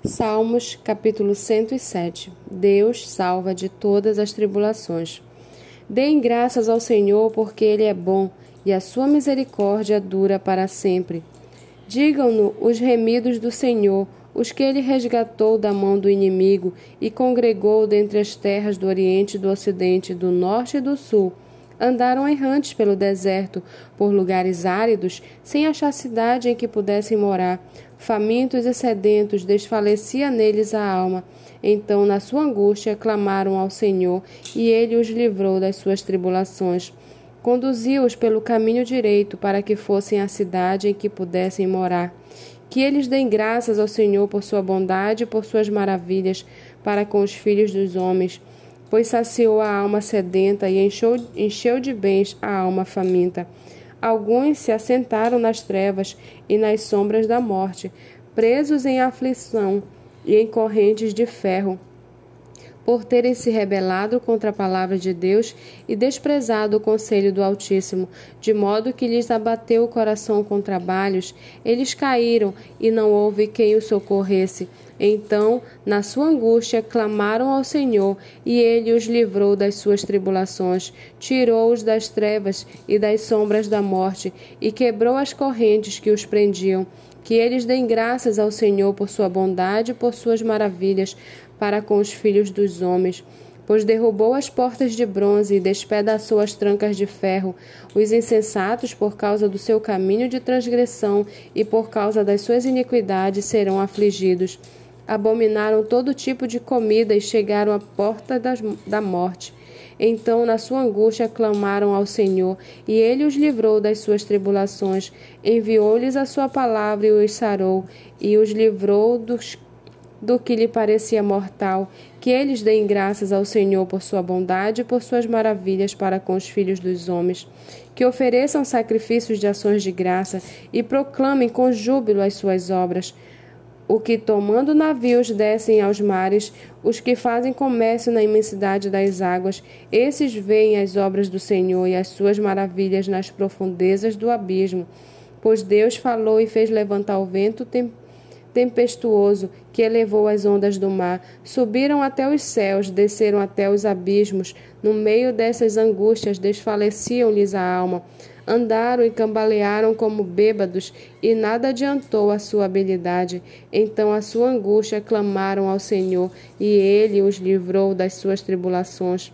Salmos, capítulo 107. Deus salva de todas as tribulações. Deem graças ao Senhor, porque Ele é bom, e a sua misericórdia dura para sempre. Digam-no os remidos do Senhor, os que Ele resgatou da mão do inimigo e congregou dentre as terras do Oriente e do Ocidente, do Norte e do Sul. Andaram errantes pelo deserto, por lugares áridos, sem achar cidade em que pudessem morar. Famintos e sedentos, desfalecia neles a alma. Então, na sua angústia, clamaram ao Senhor, e Ele os livrou das suas tribulações. Conduziu-os pelo caminho direito, para que fossem à cidade em que pudessem morar. Que eles deem graças ao Senhor por sua bondade e por suas maravilhas para com os filhos dos homens, pois saciou a alma sedenta e encheu de bens a alma faminta. Alguns se assentaram nas trevas e nas sombras da morte, presos em aflição e em correntes de ferro, por terem se rebelado contra a palavra de Deus e desprezado o conselho do Altíssimo, de modo que lhes abateu o coração com trabalhos. Eles caíram e não houve quem os socorresse. Então, na sua angústia, clamaram ao Senhor, e Ele os livrou das suas tribulações, tirou-os das trevas e das sombras da morte, e quebrou as correntes que os prendiam. Que eles deem graças ao Senhor por sua bondade e por suas maravilhas para com os filhos dos homens, pois derrubou as portas de bronze e despedaçou as trancas de ferro. Os insensatos, por causa do seu caminho de transgressão e por causa das suas iniquidades, serão afligidos. Abominaram todo tipo de comida e chegaram à porta da morte. Então, na sua angústia, clamaram ao Senhor, e Ele os livrou das suas tribulações. Enviou-lhes a sua palavra e os sarou, e os livrou do que lhe parecia mortal. Que eles deem graças ao Senhor por sua bondade e por suas maravilhas para com os filhos dos homens. Que ofereçam sacrifícios de ações de graça e proclamem com júbilo as suas obras. O que, tomando navios, descem aos mares, os que fazem comércio na imensidade das águas, esses veem as obras do Senhor e as suas maravilhas nas profundezas do abismo. Pois Deus falou e fez levantar o vento tempestuoso que elevou as ondas do mar. Subiram até os céus, desceram até os abismos. No meio dessas angústias desfaleciam-lhes a alma. Andaram e cambalearam como bêbados, e nada adiantou a sua habilidade. Então a sua angústia clamaram ao Senhor, e Ele os livrou das suas tribulações.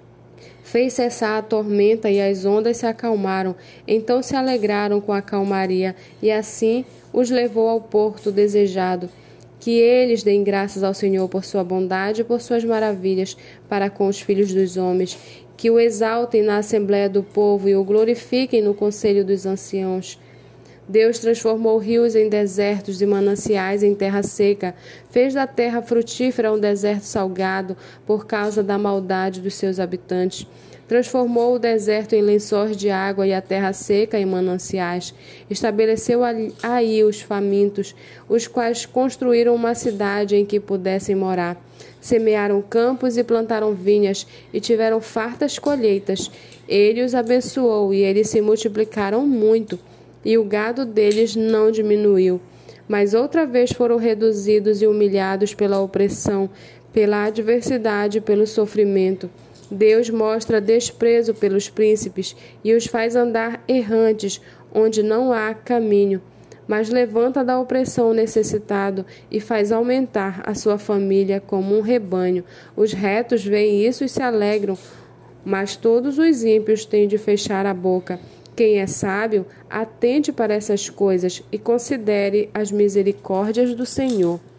Fez cessar a tormenta e as ondas se acalmaram. Então se alegraram com a calmaria, e assim os levou ao porto desejado. Que eles deem graças ao Senhor por sua bondade e por suas maravilhas para com os filhos dos homens. Que o exaltem na assembléia do povo e o glorifiquem no conselho dos anciãos. Deus transformou rios em desertos e mananciais em terra seca. Fez da terra frutífera um deserto salgado por causa da maldade dos seus habitantes. Transformou o deserto em lençóis de água e a terra seca em mananciais. Estabeleceu aí os famintos, os quais construíram uma cidade em que pudessem morar. Semearam campos e plantaram vinhas e tiveram fartas colheitas. Ele os abençoou e eles se multiplicaram muito, e o gado deles não diminuiu. Mas outra vez foram reduzidos e humilhados pela opressão, pela adversidade e pelo sofrimento. Deus mostra desprezo pelos príncipes e os faz andar errantes onde não há caminho, mas levanta da opressão o necessitado e faz aumentar a sua família como um rebanho. Os retos veem isso e se alegram, mas todos os ímpios têm de fechar a boca. Quem é sábio, atente para essas coisas e considere as misericórdias do Senhor.